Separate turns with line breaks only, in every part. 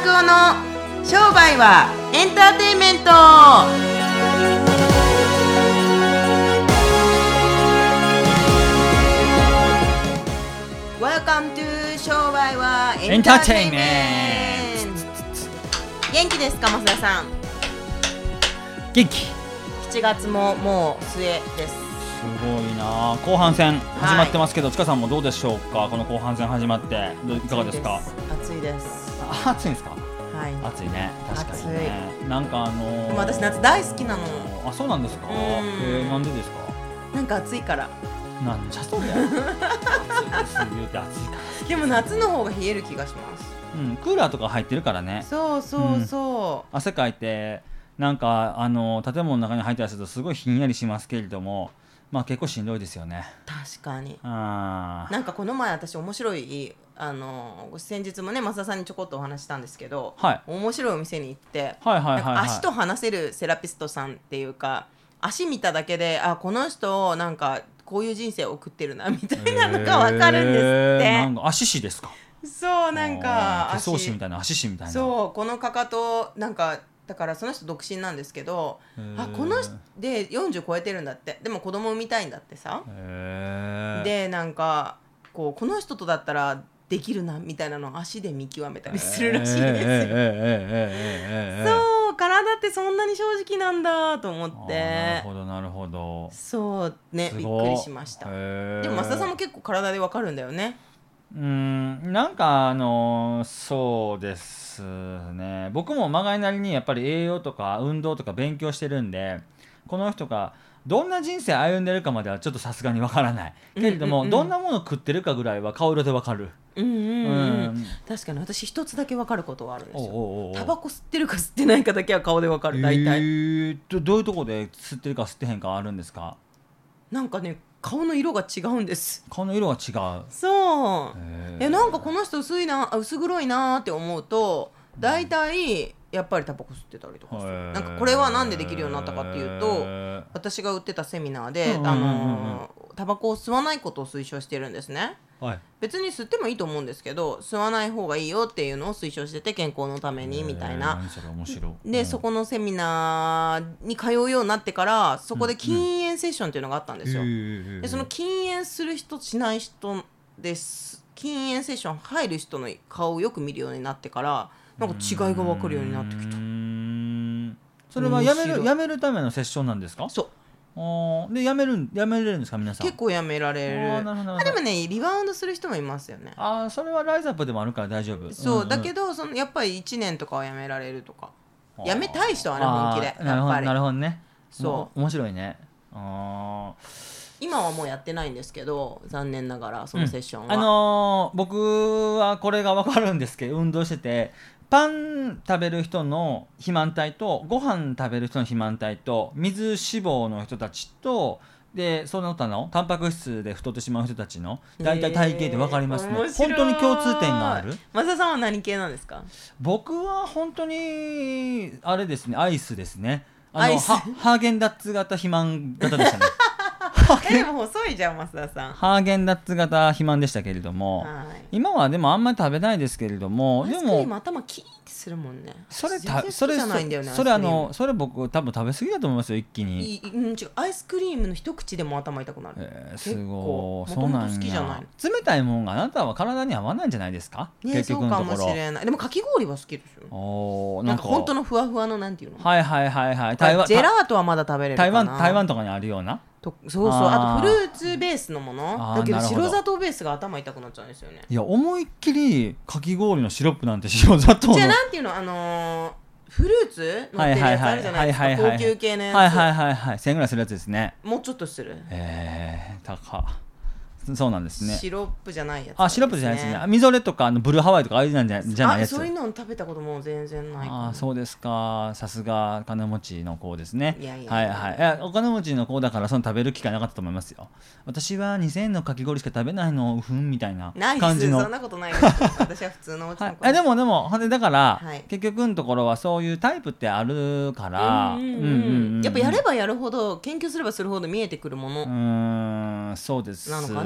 拓夫の商売はエンターテインメント。Welcome to 商売はエンターテインメント。元気ですか増田さん。
元気。
7月ももう末です。
すごいな。後半戦始まってますけど、ちかさんもどうでしょうか。この後半戦始まっていかがですか。
暑いです。
暑いんですか。
はい、
暑いね。確かにね。なんか
でも私夏大好きなの。
あ、そうなんですか。なんでですか。
なんか暑いから。
なんじゃそりゃ。暑いです言うて暑いから。
でも夏の方が冷える気がします。
クーラーとか入ってるからね。
そうそうそう。
汗かいてなんか建物の中に入ったりするとすごいひんやりしますけれども、まあ結構しんどいですよね。
確かに。
なん
かこの前私面白い先日もね増田さんにちょこっとお話したんですけど、
はい、
面白いお店に行って、
足
と話せるセラピストさんっていうか、足見ただけでこの人なんかこういう人生を送ってるなみたいなのが分かるんですって。
なんか足師ですか。
そうなんか
手相師みたいな足師みたいな。
そうこのかかとなんかだからその人独身なんですけど、この人で40超えてるんだって。でも子供産みたいんだってさ。でなんかこの人とだったらできるなみたいなのを足で見極めたりするらしいですよ。そう体ってそんなに正直なんだと思って。
なるほどなるほど。
そうね、びっくりしました。でも増田さんも結構体でわかるんだよね。
なんかそうですね。僕もまがいなりにやっぱり栄養とか運動とか勉強してるんで、この人がどんな人生歩んでるかまではちょっとさすがにわからないけれども、どんなもの食ってるかぐらいは顔色でわかる。
確かに私一つだけわかることはあるんですよ。タバコ吸ってるか吸ってないかだけは顔でわかる。大体
どういうところで吸ってるか吸ってへんかあるんですか。
なんかね、顔の色が違うんです。
顔の色が違う。
そう。なんかこの人薄黒いなって思うと、大体やっぱりタバコ吸ってたりとかする。なんかこれはなんでできるようになったかっていうと、私が売ってたセミナーでタバコを吸わないことを推奨してるんですね。別に吸ってもいいと思うんですけど、吸わない方がいいよっていうのを推奨してて、健康のためにみたいな。
それ面白い。
でそこのセミナーに通うようになってから、そこで禁煙セッションっていうのがあったんですよ。でその禁煙する人しない人です。禁煙セッション入る人の顔をよく見るようになってから、なんか違いが分かるようになってきた。
それはやめるためのセッションなんですか。
そう
でやめれるんですか皆さん。
結構やめられる。でもね、リバウンドする人もいますよね。
それはライズアップでもあるから大丈夫。
そう、だけどやっぱり1年とかはやめられるとか。やめたい人はね、本気でやっぱり。
なるほどね。
そう
面白いね。
今はもうやってないんですけど、残念ながらそのセッション
は、僕はこれが分かるんですけど、運動しててパン食べる人の肥満体とご飯食べる人の肥満体と水脂肪の人たちとでその他のタンパク質で太ってしまう人たちのだいたい体型で分かりますね。本当に共通点がある。
増田さんは何系なんですか。
僕は本当にあれですね、アイスですね。ハーゲンダッツ型肥満型でしたね。
でも細いじゃん増田さん。
ハーゲンダッツ型肥満でしたけれども、今はでもあんまり食べないですけれども、
でも頭キーってするもんね。
それ僕多分食べ過ぎだと思いますよ、一気に。
違う、アイスクリームの一口でも頭痛くなる。
すごい。
そうなんや。好きじゃない。
冷たいもんがあなたは体に合わないんじゃないですか。結局のところ。
そうかもしれない。でもかき氷は好きですよ。なんか本当のふわふわのなんていうの。ジェラートはまだ食べれるかな。
台湾とかにあるような。
あとフルーツベースのものだけど、白砂糖ベースが頭痛くなっちゃうんですよね。
いや、思いっきりかき氷のシロップなんて白砂糖の、
じゃあなんていうの、フルーツ乗ってるやつあるじゃないですか、高級系のやつ。
1000円ぐらいするやつですね。
もうちょっとする。
高そうなんですね。
シロップじゃないやつ、
シロップじゃないですね。みぞれとかブルーハワイとかああいうなんじゃないやつ。
そういうの食べたことも全然ない。
そうですか。さすが金持ちの子ですね。お金持ちの子だからその食べる機会なかったと思いますよ。私は2000円のかき氷しか食べないのみたいな感じの。
そんなことないです。私は普通のお家の子です。
でもだから、結局のところはそういうタイプってあるから、
やっぱやればやるほど、研究すればするほど見えてくるもの
そうです
なのか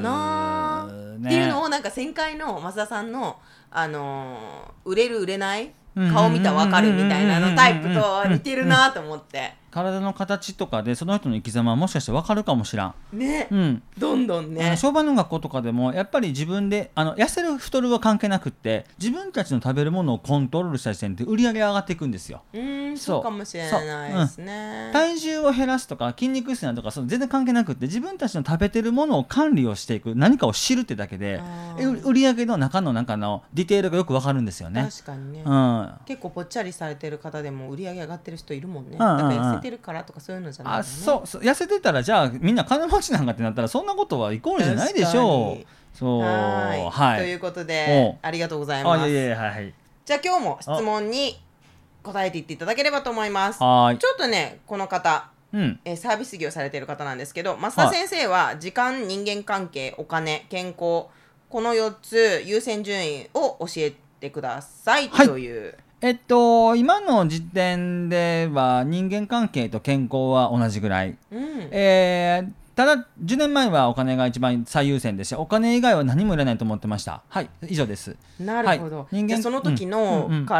な、っていうのをなんか前回の増田さんの、売れる売れない顔見たら分かるみたいなのタイプと似てるなと思って、
体の形とかでその人の生き様はもしかして分かるかもしらん
ね、
うん、
どんどんね
商売の学校とかでもやっぱり自分で痩せる太るは関係なくって自分たちの食べるものをコントロールした時点で売り上げ上がっていくんですよ。
そうかもしれないですね、
体重を減らすとか筋肉質になるとか全然関係なくって自分たちの食べてるものを管理をしていく何かを知るってだけで売り上げの中のディテールがよく分かるんですよね。
確かにね、
うん、
結構ぽっちゃりされてる方でも売り上げ上がってる人いるもんね、だから痩せてるからとかそういうのじゃないよね。
そう痩せてたらじゃあみんな金持ちなんかってなったらそんなことはイコールじゃないでしょう。そう
はい、ということでありがとうございます。じゃあ今日も質問に答えていっていただければと思います。ちょっとねこの方、サービス業されている方なんですけど、増田先生は時間、人間関係、お金、健康、この4つ優先順位を教えてくださいという、
今の時点では人間関係と健康は同じぐらい、ただ10年前はお金が一番最優先でしてお金以外は何もいらないと思ってました。はい、以上です。
なるほど、じゃあその時のから、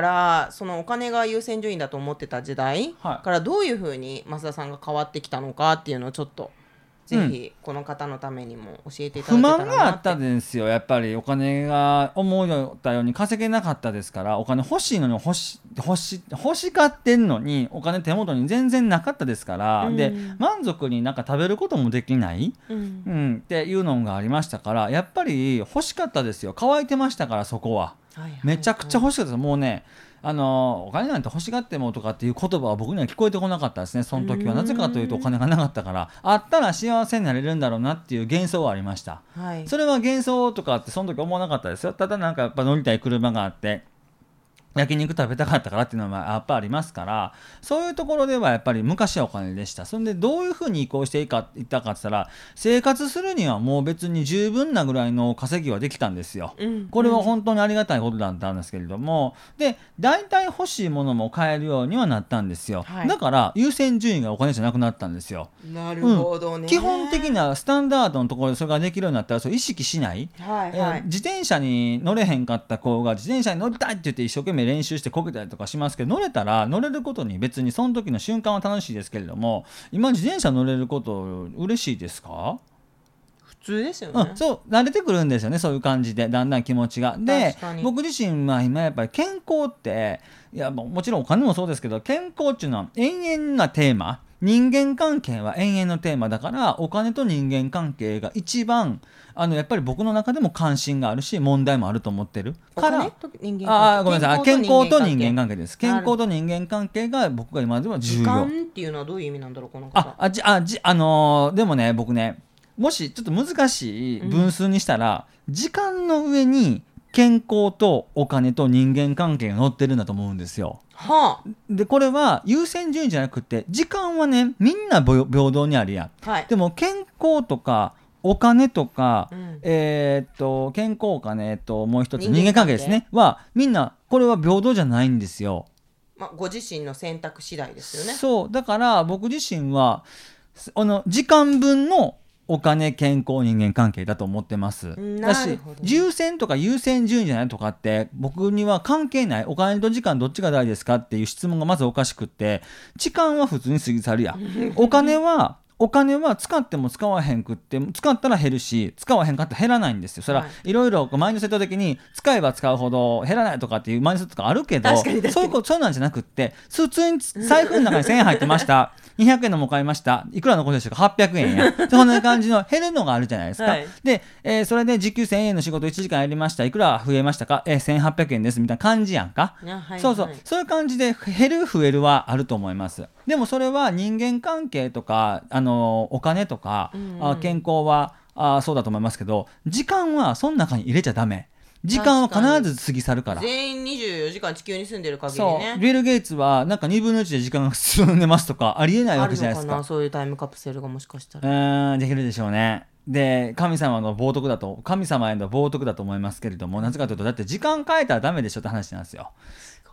そのお金が優先順位だと思ってた時代からどういうふうに増田さんが変わってきたのかっていうのをちょっとぜひこの方のためにも教えていただけたらなって。
不満があったんですよ。やっぱりお金が思ったように稼げなかったですから、お金欲しいのに欲しがってんのにお金手元に全然なかったですから、で満足になんか食べることもできない、っていうのがありましたから、やっぱり欲しかったですよ。乾いてましたからそこは、めちゃくちゃ欲しかったです。もうねお金なんて欲しがってもとかっていう言葉は僕には聞こえてこなかったですね。その時はなぜかというとお金がなかったから、あったら幸せになれるんだろうなっていう幻想はありました、それは幻想とかってその時思わなかったですよ。ただなんかやっぱ乗りたい車があって焼肉食べたかったからっていうのはやっぱありますから、そういうところではやっぱり昔はお金でした。それでどういうふうに移行していったかって言ったら、生活するにはもう別に十分なぐらいの稼ぎはできたんですよ、これは本当にありがたいことだったんですけれども、で大体欲しいものも買えるようにはなったんですよ、だから優先順位がお金じゃなくなったんですよ。
なるほどね、
基本的なスタンダードのところでそれができるようになったらそれ意識しない、自転車に乗れへんかった子が自転車に乗りたいって言って一生懸命練習してこけたりとかしますけど、乗れたら乗れることに別にその時の瞬間は楽しいですけれども、今自転車乗れること嬉しいですか？
普通ですよね、
そう慣れてくるんですよね、そういう感じでだんだん気持ちが。で僕自身は今やっぱり健康ってもちろんお金もそうですけど、健康っていうのは永遠なテーマ、人間関係は永遠のテーマだから、お金と人間関係が一番やっぱり僕の中でも関心があるし問題もあると思ってるから。ごめんなさい、健康と人間関係です。健康と人間関係が僕が今では重要。時
間っていうのはどういう意味なんだろうこの方。
でもね僕ね、もしちょっと難しい分数にしたら、時間の上に健康とお金と人間関係が載ってるんだと思うんですよ。でこれは優先順位じゃなくて、時間はねみんな平等にあるやん、でも健康とかお金とか、健康お金ともう一つ人間関係ですねはみんなこれは平等じゃないんですよ。
ご自身の選択次第ですよね。
そうだから僕自身は時間分のお金、健康、人間関係だと思ってます。だし優先とか優先順位じゃないとかって僕には関係ない。お金と時間どっちが大事ですかっていう質問がまずおかしくって、時間は普通に過ぎ去るやんお金は使っても使わへんくって、使ったら減るし使わへんかったら減らないんですよ。それはいろいろマインドセット的に使えば使うほど減らないとかっていうマインドセットとかあるけど、そうなんじゃなくって、普通に財布の中に1000円入ってました200円のも買いました、いくら残りでしたか800円やそんな感じの減るのがあるじゃないですか、で、それで時給1000円の仕事1時間やりました、いくら増えましたか、1800円ですみたいな感じやんか、そういう感じで減る増えるはあると思います。でもそれは人間関係とかお金とか、健康はそうだと思いますけど、時間はその中に入れちゃダメ。時間は必ず過ぎ去るから。
全員24時間地球に住んでる限りね。
そうビル・ゲイツはなんか2分の1で時間が進んでますとかありえないわけじゃないですか。
あるのかな、そういうタイムカプセルがもしかしたら
できるでしょうね。で神様への冒涜だと思いますけれども、なぜかというとだって時間変えたらダメでしょって話なんですよ。
すごいね。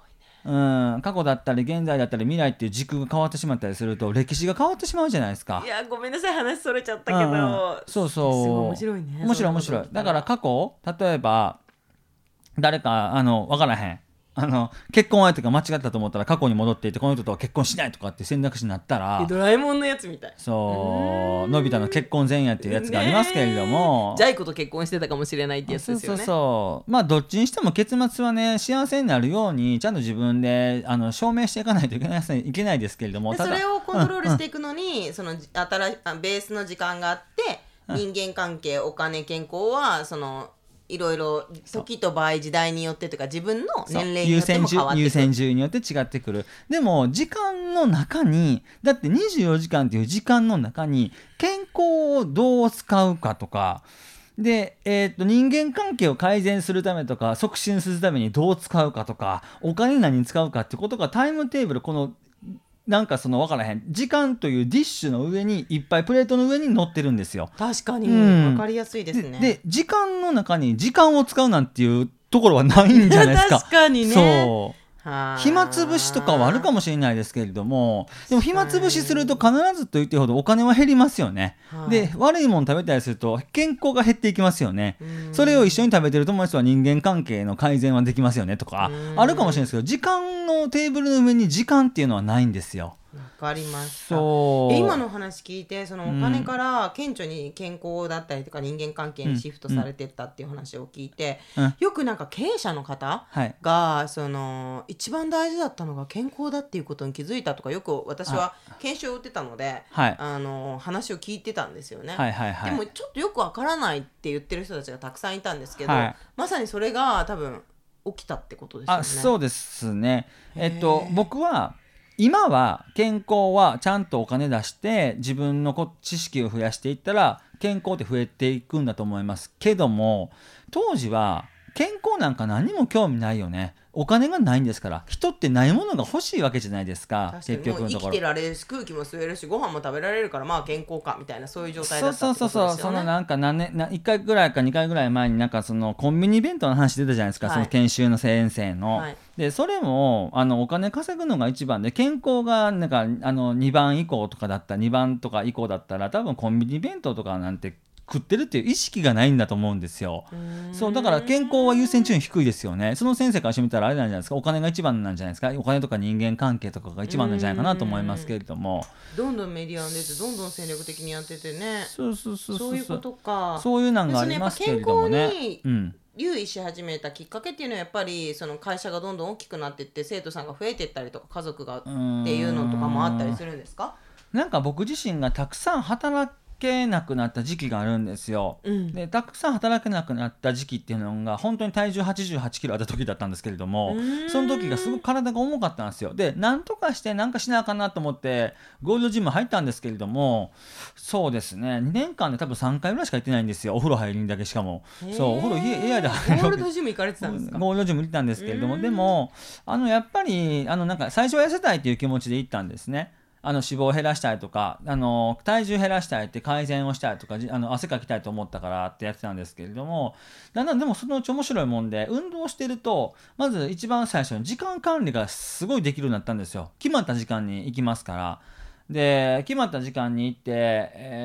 過去だったり現在だったり未来っていう軸が変わってしまったりすると歴史が変わってしまうじゃないですか。
いやごめんなさい話それちゃったけど、
そうそう
すごい面白いね。
面白い面白い。だから過去例えば誰か分からへん結婚相手が間違ったと思ったら過去に戻っていってこの人とは結婚しないとかって選択肢になったら
ドラえもんのやつみたい。
そうのび太の結婚前夜っていうやつがありますけれども、
ジャイ子と結婚してたかもしれないってやつですよね。
そうまあどっちにしても結末はね幸せになるようにちゃんと自分で証明していかないといけないですけれども、
それをコントロールしていくのに、そのベースの時間があって、人間関係お金健康はそのいろいろ時と場合時代によってというか自分の年齢によっても変わってくる、優先順位
によって違ってくる。でも時間の中にだって24時間という時間の中に健康をどう使うかとかで、人間関係を改善するためとか促進するためにどう使うかとかお金何に使うかってことがタイムテーブルこのなんか分からへん時間というディッシュの上にいっぱいプレートの上に乗ってるんですよ。
確かに、分かりやすいですね。
で時間の中に時間を使うなんていうところはないんじゃないですか。
確かにね。
そう暇つぶしとかはあるかもしれないですけれどもでも暇つぶしすると必ずと言ってほどお金は減りますよね。で悪いもの食べたりすると健康が減っていきますよね。それを一緒に食べてる友達とは人間関係の改善はできますよねとかあるかもしれないですけど時間のテーブルの上に時間っていうのはないんですよ。
わかりました。今の話聞いてそのお金から顕著に健康だったりとか人間関係にシフトされてったっていう話を聞いて、よくなんか経営者の方が、その一番大事だったのが健康だっていうことに気づいたとかよく私は研修を打ってたので、話を聞いてたんですよね。でもちょっとよくわからないって言ってる人たちがたくさんいたんですけど、まさにそれが多分起きたってことですよね。
そうですね。僕は今は健康はちゃんとお金出して自分の知識を増やしていったら健康って増えていくんだと思いますけども当時は健康なんか何も興味ないよね。お金がないんですから人ってないものが欲しいわけじゃないですか。
結局のところ生きてられるし空気も吸えるしご飯も食べられるからまあ健康かみたいなそういう状態だったってことですよね。
そのなんか1回ぐらいか2回ぐらい前になんかそのコンビニ弁当の話出たじゃないですか、その研修の先生の、でそれもお金稼ぐのが一番で健康がなんか2番以降とかだった2番とか以降だったら多分コンビニ弁当とかなんて食ってるっていう意識がないんだと思うんですよ。そうだから健康は優先順位低いですよね。その先生からしてみたらあれなんじゃないですかお金が一番なんじゃないですか。お金とか人間関係とかが一番なんじゃないかなと思いますけれども
どんどんメディアに出てどんどん戦略的にやっててね。
そう
いうことか。
そういうのがありますけれどもね。
留意し始めたきっかけっていうのはやっぱりその会社がどんどん大きくなっていって生徒さんが増えていったりとか家族がっていうのとかもあったりするんですか。
なんか僕自身がたくさん働けなくなった時期があるんですよ、でたくさん働けなくなった時期っていうのが本当に体重88キロあった時だったんですけれどもその時がすごく体が重かったんですよ。でなんとかしてなんかしなあかんなと思ってゴールドジム入ったんですけれどもそうですね2年間で多分3回ぐらいしか行ってないんですよ。お風呂入りにだけしかもそうお風呂家で入る
ゴールドジム行かれてたんですか。
ゴールドジム行ったんですけれどもでもやっぱりなんか最初は痩せたいという気持ちで行ったんですね。脂肪を減らしたいとか体重減らしたいって改善をしたいとか汗かきたいと思ったからってやってたんですけれどもだんだんでもそのうち面白いもんで運動してるとまず一番最初に時間管理がすごいできるようになったんですよ。決まった時間に行きますからで決まった時間に行って、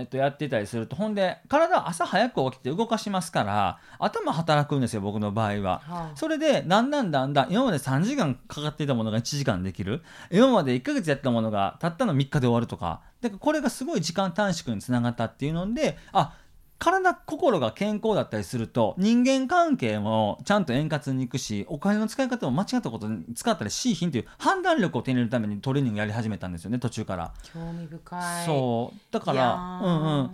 やってたりするとほんで体は朝早く起きて動かしますから頭働くんですよ僕の場合は、それでだんだん今まで3時間かかっていたものが1時間できる今まで1ヶ月やったものがたったの3日で終わるとかだからこれがすごい時間短縮につながったっていうので体心が健康だったりすると人間関係もちゃんと円滑にいくしお金の使い方も間違ったことに使ったりしいひんという判断力を手に入れるためにトレーニングやり始めたんですよね途中から。
興味深い。
そうだから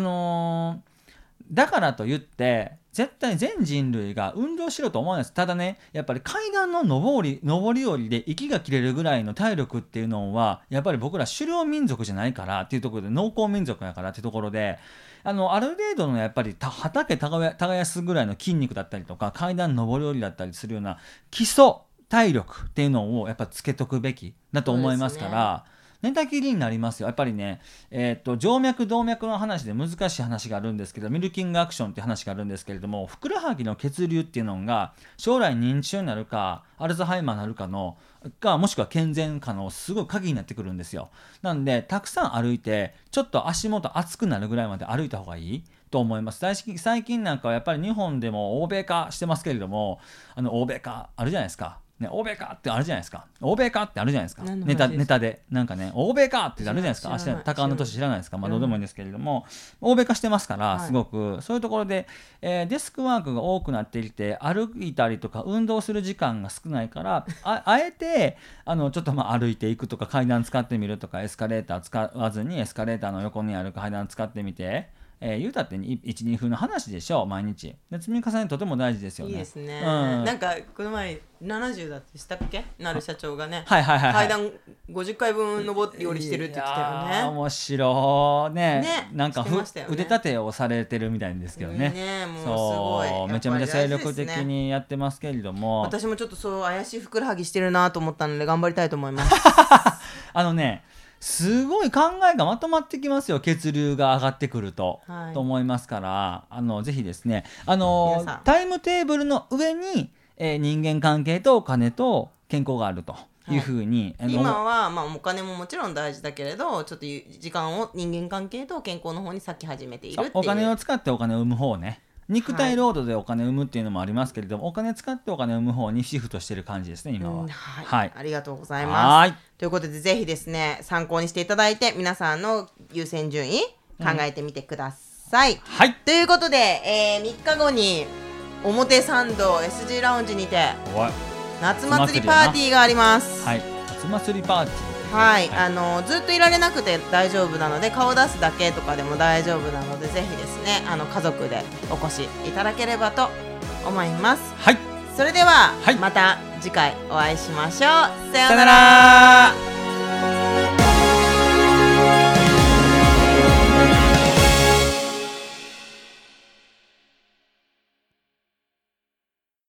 だからといって絶対全人類が運動しろと思わないです。ただねやっぱり階段の上り下りで息が切れるぐらいの体力っていうのはやっぱり僕ら狩猟民族じゃないからっていうところで農耕民族だからっていうところである程度のやっぱり畑耕すぐらいの筋肉だったりとか階段上り下りだったりするような基礎体力っていうのをやっぱつけとくべきだと思いますから寝たきりになりますよ。やっぱりね、静脈動脈の話で難しい話があるんですけど、ミルキングアクションっていう話があるんですけれども、ふくらはぎの血流っていうのが将来認知症になるかアルツハイマーになるかもしくは健全かのすごい鍵になってくるんですよ。なんでたくさん歩いてちょっと足元熱くなるぐらいまで歩いた方がいいと思います。最近なんかはやっぱり日本でも欧米化してますけれども、欧米化あるじゃないですか。ね、欧米かってあるじゃないですか。欧米かってあるじゃないですか。ネタでなんかね、欧米かってあるじゃないですか。高尾の年知らないですか。まあどうでもいいんですけれども、欧米化してますから、すごくそういうところで、デスクワークが多くなってきて、歩いたりとか運動する時間が少ないから、あえてちょっと歩いていくとか、階段使ってみるとか、エスカレーター使わずにエスカレーターの横にある階段使ってみて。言うたって 1,2 分の話でしょ、毎日で積み重ねとても大事ですよね。
いいですね、なんかこの前70だってしたっけ、なる社長がね、階段50回分登って降りしてるって言ってたよね。
面白い ねなんか腕立てをされてるみたいですけどね、
もうすごい
めちゃめちゃ精力的にやってますけれども、
私もちょっとそう怪しいふくらはぎしてるなと思ったので頑張りたいと思います
すごい考えがまとまってきますよ、血流が上がってくると、と思いますから、ぜひですねタイムテーブルの上に、人間関係とお金と健康があるというふうに、
今は、お金ももちろん大事だけれど、ちょっと時間を人間関係と健康の方に割き始めているっていう、
お金を使ってお金を生む方ね、肉体労働でお金を生むっていうのもありますけれども、お金使ってお金を生む方にシフトしてる感じですね今は。
ありがとうございます。ということでぜひですね参考にしていただいて、皆さんの優先順位考えてみてください。ということで、3日後に表参道 SG ラウンジにて夏祭りパーティーがあります。
夏祭りパーティー、
ずっといられなくて大丈夫なので、顔出すだけとかでも大丈夫なので、ぜひですね家族でお越しいただければと思います。それでは、また次回お会いしましょう。さようなら。